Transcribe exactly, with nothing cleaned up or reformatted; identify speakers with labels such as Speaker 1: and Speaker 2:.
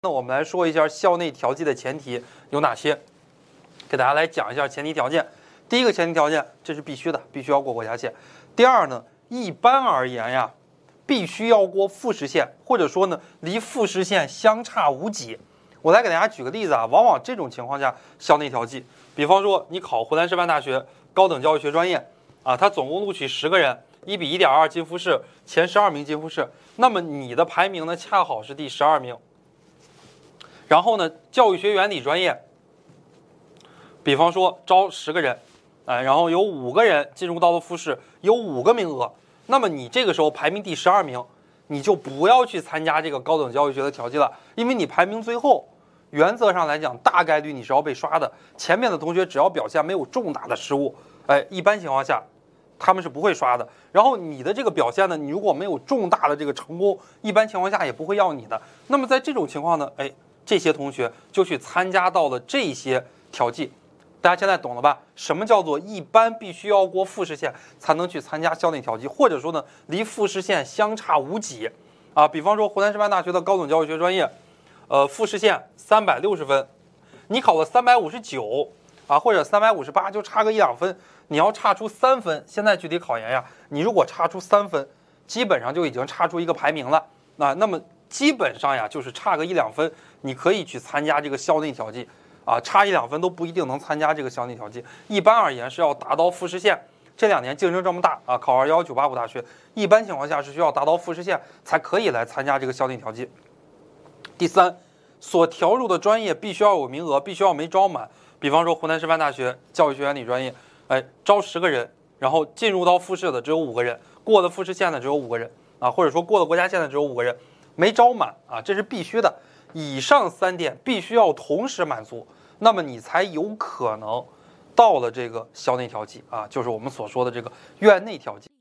Speaker 1: 那我们来说一下校内调剂的前提有哪些，给大家来讲一下前提条件。第一个前提条件，这是必须的，必须要过国家线。第二呢，一般而言呀，必须要过复试线，或者说呢，离复试线相差无几。我来给大家举个例子啊，往往这种情况下，校内调剂，比方说你考湖南师范大学高等教育学专业啊，它总共录取十个人，一比一点二进复试，前十二名进复试，那么你的排名呢，恰好是第十二名。然后呢，教育学原理专业，比方说招十个人，哎，然后有五个人进入到了复试，有五个名额，那么你这个时候排名第十二名，你就不要去参加这个高等教育学的调剂了，因为你排名最后，原则上来讲，大概率你是要被刷的。前面的同学只要表现没有重大的失误，哎，一般情况下他们是不会刷的。然后你的这个表现呢，你如果没有重大的这个成功，一般情况下也不会要你的。那么在这种情况呢，哎。这些同学就去参加到了这些调剂，大家现在懂了吧？什么叫做一般必须要过复试线才能去参加校内调剂，或者说呢，离复试线相差无几啊？比方说湖南师范大学的高等教育学专业，呃，复试线三百六十分，你考了三百五十九啊，或者三百五十八，就差个一两分，你要差出三分。现在具体考研呀，你如果差出三分，基本上就已经差出一个排名了啊。那么基本上呀，就是差个一两分，你可以去参加这个校内调剂啊，差一两分都不一定能参加这个校内调剂。一般而言是要达到复试线。这两年竞争这么大啊，考二幺九八五大学，一般情况下是需要达到复试线才可以来参加这个校内调剂。第三，所调入的专业必须要有名额，必须要没招满。比方说湖南师范大学教育学原理专业，哎，招十个人，然后进入到复试的只有五个人，过了复试线的只有五个人啊，或者说过了国家线的只有五个人。没招满啊，这是必须的。以上三点必须要同时满足，那么你才有可能到了这个校内调剂啊，就是我们所说的这个院内调剂。